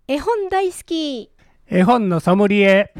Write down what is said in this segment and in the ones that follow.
絵本大好き、 絵本のソムリエ。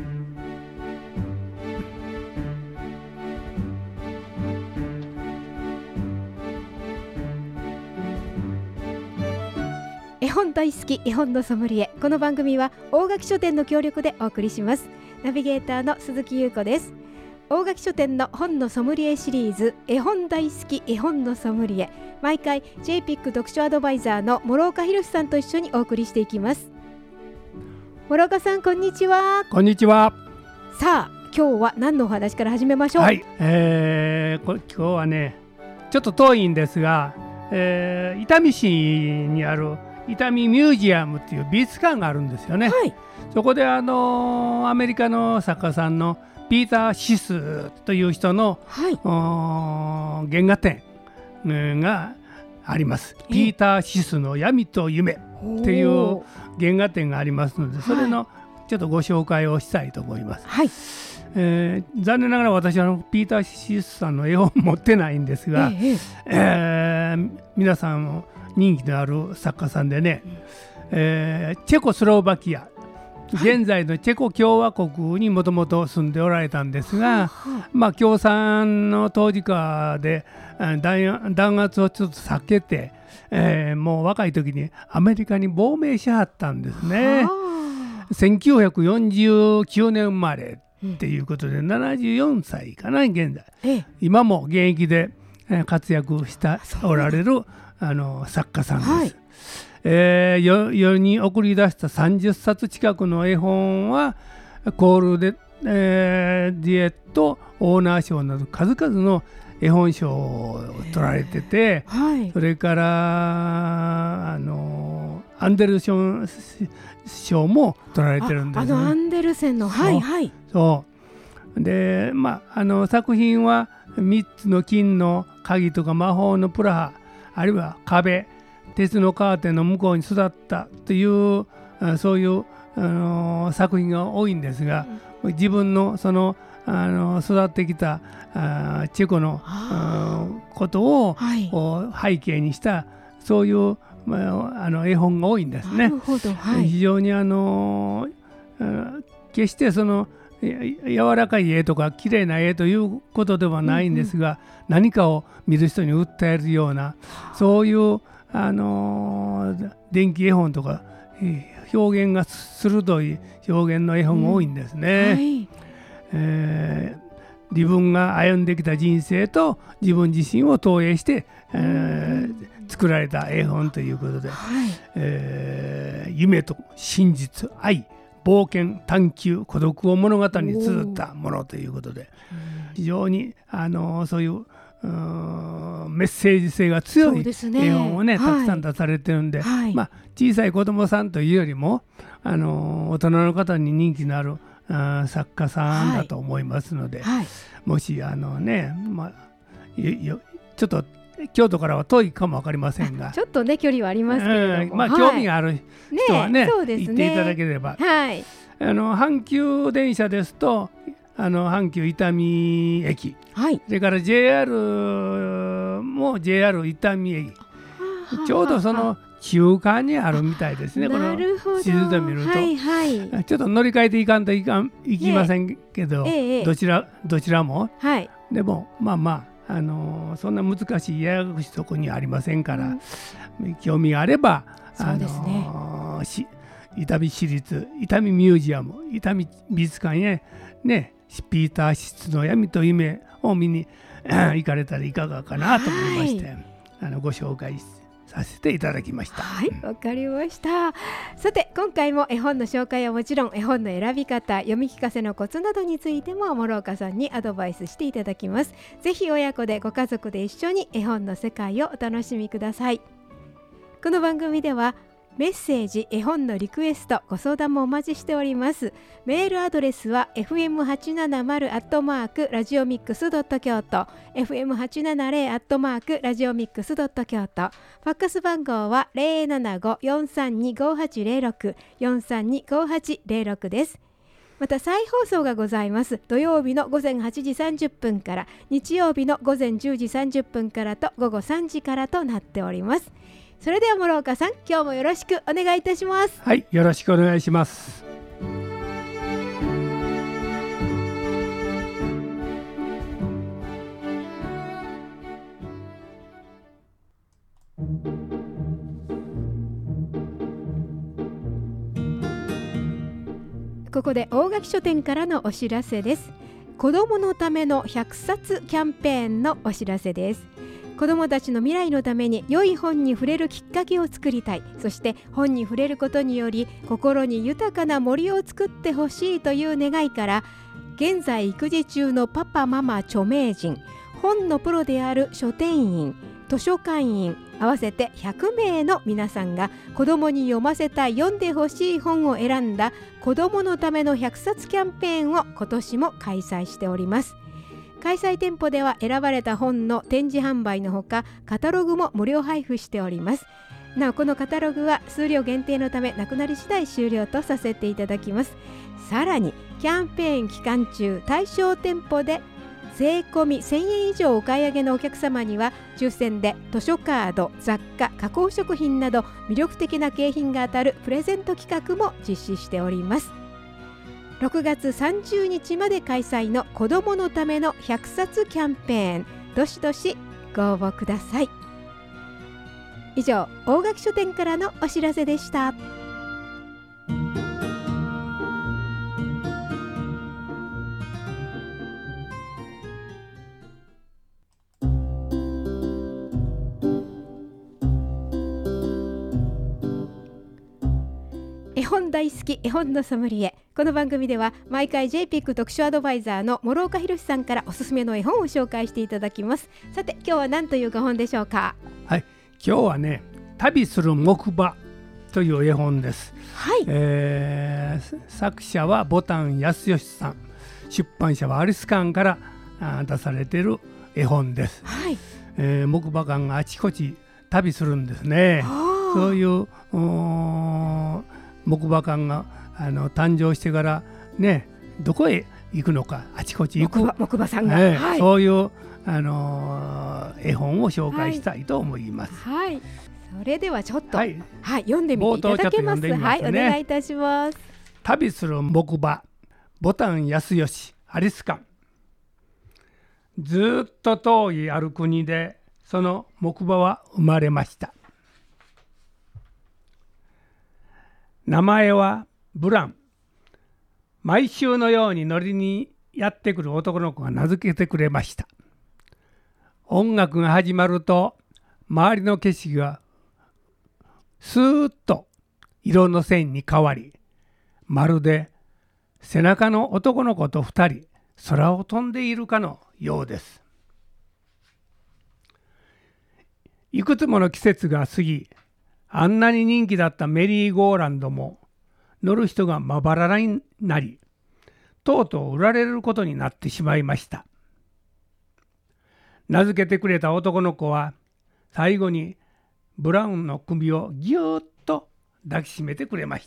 絵本大好き、絵本のソムリエ。この番組は大垣書店の協力でお送りします。ナビゲーターの鈴木優子です。大垣書店の本のソムリエシリーズ、絵本大好き絵本のソムリエ。毎回 JPIC 読書アドバイザーの諸岡博さんと一緒にお送りしていきます。諸岡さん、こんにちは。 こんにちは。 さあ、今日は何のお話から始めましょう。 はい、今日はね、ちょっと遠いんですが、伊丹市にある伊丹ミュージアムっていう美術館があるんですよね。 はい、 そこでアメリカの作家さんのピーター・シスという人の、 はい、 原画展があります。ピーター・シスの闇と夢っていう原画展がありますので、それのちょっとご紹介をしたいと思います。 はい、 残念ながら私はピーター・シスさんの絵本持ってないんですが、皆さんも人気のある作家さんでね、チェコスロバキア、現在のチェコ共和国にもともと住んでおられたんですが、共産の当事下で弾圧をちょっと避けて、もう若い時にアメリカに亡命しはったんですね。1949年生まれっていうことで、74歳かな現在。今も現役で活躍しておられる作家さんです。はい、世に送り出した30冊近くの絵本はコールディエットオーナー賞など数々の絵本賞を取られてて、それからアンデルセン賞も取られてるんですね。 アンデルセンの、はいはい、 そうで、作品は3つの金の鍵とか魔法のプラハ、あるいは壁、鉄のカーテンの向こうに育ったというそういう作品が多いんですが、自分のその育ってきたチェコのことを背景にしたそういう絵本が多いんですね。 なるほど、はい、 非常に決してその柔らかい絵とか綺麗な絵ということではないんですが、何かを見る人に訴えるようなそういう電気絵本とか表現が鋭い表現の絵本が多いんですね。自分が歩んできた人生と自分自身を投影して、作られた絵本ということで、夢と真実、愛、冒険、探求、孤独を物語に綴ったものということで、非常にそういうメッセージ性が強い絵本をね、たくさん出されてるんで、小さい子どもさんというよりも大人の方に人気のある作家さんだと思いますので、もしちょっと京都からは遠いかも分かりませんが、 ちょっとね距離はありますけれども、 興味がある人はね、行っていただければ。阪急電車ですと阪急伊丹駅、それから JR も JR 伊丹駅、ちょうどその中間にあるみたいですね。この地図で見ると、ちょっと乗り換えていかんといきませんけど、どちらも、でもそんな難しいややこしいとこにありませんから、興味があれば伊丹市立伊丹ミュージアム伊丹美術館へね、ピーター・シスの闇と夢を見に行かれたらいかがかなと思いまして、ご紹介させていただきました。 はい、わかりました。さて、今回も絵本の紹介はもちろん、絵本の選び方、読み聞かせのコツなどについても諸岡さんにアドバイスしていただきます。ぜひ親子でご家族で一緒に絵本の世界をお楽しみください。この番組ではメッセージ、絵本のリクエスト、ご相談もお待ちしております。メールアドレスは fm870@radiomix.kyoto、fm870@radiomix.kyoto、ファックス番号は 075-432-5806、432-5806 です。また再放送がございます。土曜日の午前8時30分から、日曜日の午前10時30分からと午後3時からとなっております。 それでは諸岡さん、今日もよろしくお願いいたします。 はい、よろしくお願いします。 ここで大垣書店からのお知らせです。子どものための100冊キャンペーンのお知らせです。子どもたちの未来のために良い本に触れるきっかけを作りたい、そして本に触れることにより心に豊かな森を作ってほしいという願いから、現在育児中のパパママ著名人、本のプロである書店員、図書館員合わせて100名の皆さんが子どもに読ませたい、読んでほしい本を選んだ子どものための100冊キャンペーンを今年も開催しております。開催店舗では選ばれた本の展示販売のほか、カタログも無料配布しております。なおこのカタログは数量限定のためなくなり次第終了とさせていただきます。さらにキャンペーン期間中、対象店舗で税込み1000円以上お買い上げのお客様には抽選で図書カード、雑貨、加工食品など魅力的な景品が当たるプレゼント企画も実施しております。6月30日まで開催の子どものための100冊キャンペーン、どしどしご応募ください。以上、大垣書店からのお知らせでした。絵本大好き、絵本のソムリエ。この番組では毎回 JPIC 読書アドバイザーの諸岡博さんからおすすめの絵本を紹介していただきます。さて今日は何という絵本でしょうか？ はい、今日はね、旅する木馬という絵本です。 はい、 作者はボタン康義さん、出版社はアリス館から出されている絵本です。 はい、 木馬館があちこち旅するんですね。そういう木馬館が誕生してからね、どこへ行くのか、あちこち行く木馬さんが、 はい、そういう絵本を紹介したいと思います。 はい、はい、それではちょっと、 はいはい、読んでみていただけます？はい、お願いいたします。 旅する木馬、ボタン康義、アリス館。ずっと遠いある国でその木馬は生まれました。名前はブラン。毎週のように乗りにやってくる男の子が名付けてくれました。音楽が始まると周りの景色がスーッと色の線に変わり、まるで背中の男の子と2人空を飛んでいるかのようです。いくつもの季節が過ぎ、あんなに人気だったメリーゴーランドも乗る人がまばらになり、とうとう売られることになってしまいました。名付けてくれた男の子は最後にブラウンの首をぎゅーっと抱きしめてくれました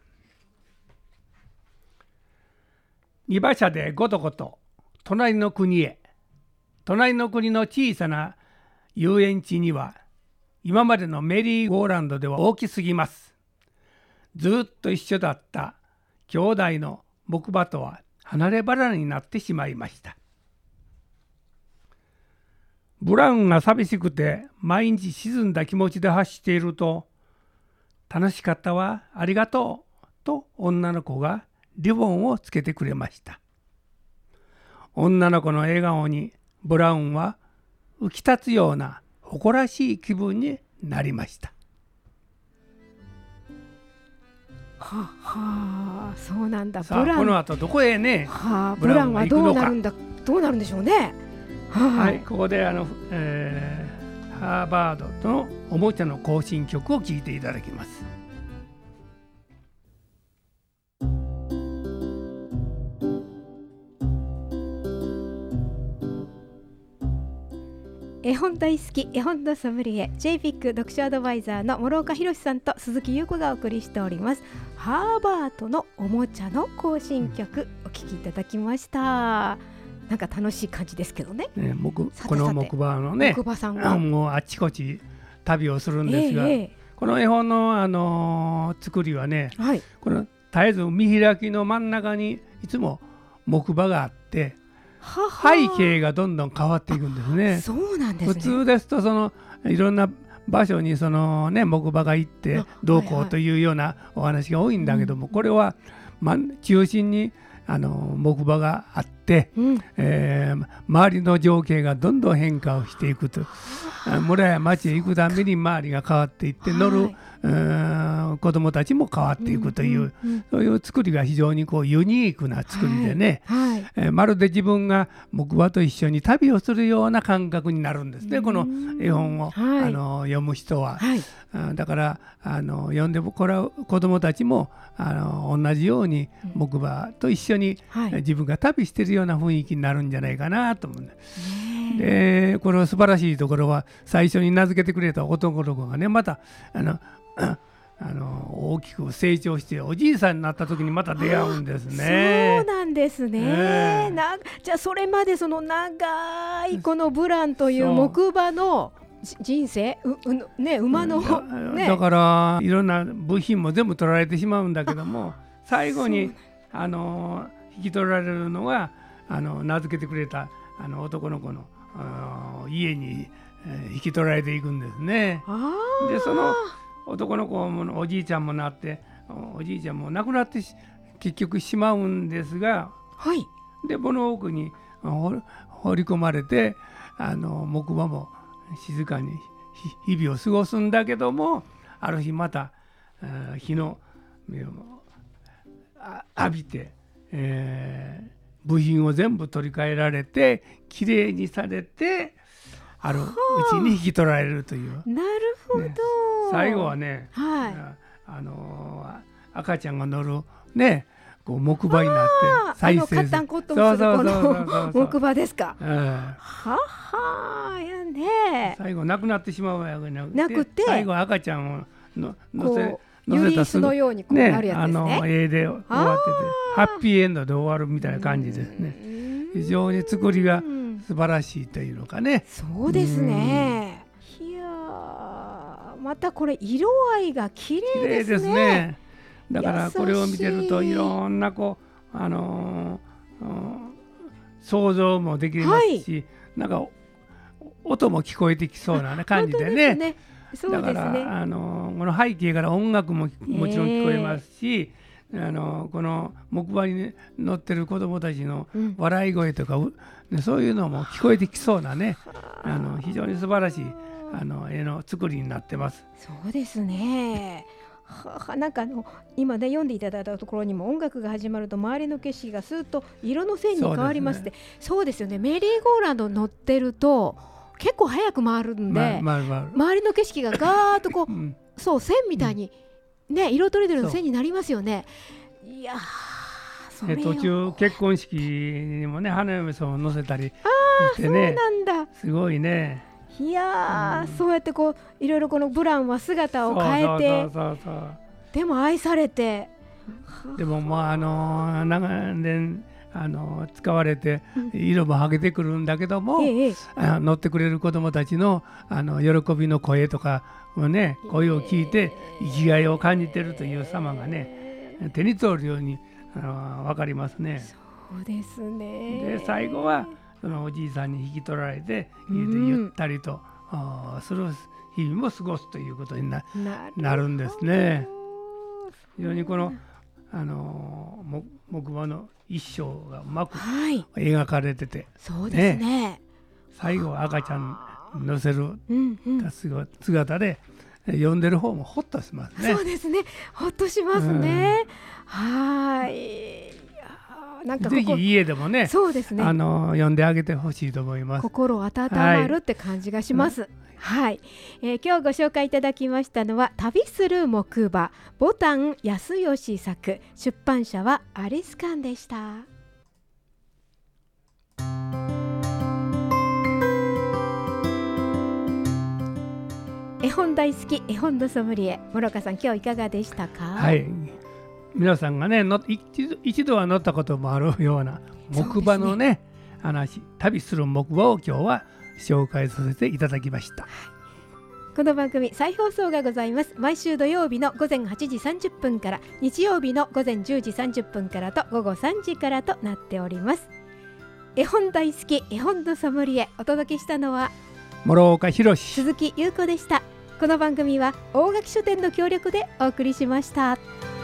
。2馬車でごとごと隣の国へ。隣の国の小さな遊園地には今までのメリーゴーランドでは大きすぎます。ずっと一緒だった兄弟の木馬とは離れ離れになってしまいました。ブラウンが寂しくて毎日沈んだ気持ちで走っていると、楽しかったわ、ありがとうと女の子がリボンをつけてくれました。女の子の笑顔にブラウンは浮き立つような誇らしい気分になりました。 はあ、そうなんだ。 さあこの後どこへね、 ブラウンはどうなるんでしょうね。 はい、ここでハーバードとのおもちゃの行進曲を聴いていただきます。 絵本大好き、絵本のソムリエ JPIC 読書アドバイザーの諸岡博さんと鈴木優子がお送りしております。ハーバードのおもちゃの行進曲、お聴きいただきました。なんか楽しい感じですけどね。 この木馬のね、 木馬さんはもうあちこち旅をするんですが、この絵本の、作りはね、この絶えず見開きの真ん中にいつも木馬があって、背景がどんどん変わっていくんですね。 そうなんですね。 普通ですといろんな場所に木馬が行ってどうこうというようなお話が多いんだけども、これは、中心に木馬があって、周りの情景がどんどん変化をしていくと、村や町へ行くたびに周りが変わっていって、乗る子どもたちも変わっていくという、そういう作りが非常にユニークな作りでね、まるで自分が木馬と一緒に旅をするような感覚になるんですね、この絵本を、読む人は。だから読んでもらう子どもたちも同じように木馬と一緒に自分が旅しているような雰囲気になるんじゃないかなと思うんです。でこの素晴らしいところは、最初に名付けてくれた男の子がね、また大きく成長しておじいさんになった時にまた出会うんですね。 そうなんですね。じゃあそれまで長いこのブランという木馬の人生、馬の、 だからいろんな部品も全部取られてしまうんだけども、最後に引き取られるのが名付けてくれた男の子の家に引き取られていくんですね。でその男の子もおじいちゃんもなって、おじいちゃんも亡くなって結局しまうんですが、で物奥に放り込まれて木馬も静かに日々を過ごすんだけども、ある日また日の目を浴びて、部品を全部取り替えられてきれいにされて、あるうちに引き取られるという。 なるほど、 最後はね、赤ちゃんが乗るね、木馬になって再生カッタンコットンするこの木馬ですか。やね。 最後亡くなってしまうわけなくて、最後赤ちゃんを乗せユリースのようになるやつですね。 絵で終わってて、ハッピーエンドで終わるみたいな感じですね。非常に作りが素晴らしいというのかね。 そうですね。いやまたこれ色合いが綺麗ですね。 だからこれを見てるといろんな想像もできますし、なんか音も聞こえてきそうな感じでね。だからこの背景から音楽ももちろん聞こえますし、この木馬に乗ってる子どもたちの笑い声とか、そういうのも聞こえてきそうなね、非常に素晴らしい絵の作りになってます。 そうですね。なんか今ね読んでいただいたところにも、音楽が始まると周りの景色がスーッと色の線に変わりまして、そうですよね。メリーゴーランド乗ってると結構早く回るんで、周りの景色がガーッとそう線みたいにね、色とりどりの線になりますよね。いや途中結婚式にもね、花嫁さんを乗せたりしてね。そうなんだ。 すごいね。 いやそうやっていろいろこのブランは姿を変えて、でも愛されて、 でも長年使われて色もはげてくるんだけども、乗ってくれる子どもたちの喜びの声とかもね、声を聞いて生きがいを感じてるという様がね、手に取るように分かりますね。 そうですね。 で最後はそのおじいさんに引き取られて家でゆったりとする日々も過ごすということに なるんですね。非常にこの木馬の一生がうまく描かれてて、 そうですね。 最後は赤ちゃん乗せる姿で読んでる方もホッとしますね。 そうですね。ホッとしますね。はい。なんかぜひ家でもね、 そうですね。 読んであげてほしいと思います。 心温まるって感じがします。はい。今日ご紹介いただきましたのは旅する木馬、ボタン康義作、出版社はアリス館でした。絵本大好き、絵本のソムリエ、諸岡さん、今日いかがでしたか？ はい。皆さんがね一度は乗ったこともあるような木馬のね話、旅する木馬を今日は紹介させていただきました。 この番組再放送がございます。毎週土曜日の午前8時30分から、日曜日の午前10時30分からと午後3時からとなっております。絵本大好き絵本のソムリエ、お届けしたのは諸岡博、 鈴木優子でした。この番組は大垣書店の協力でお送りしました。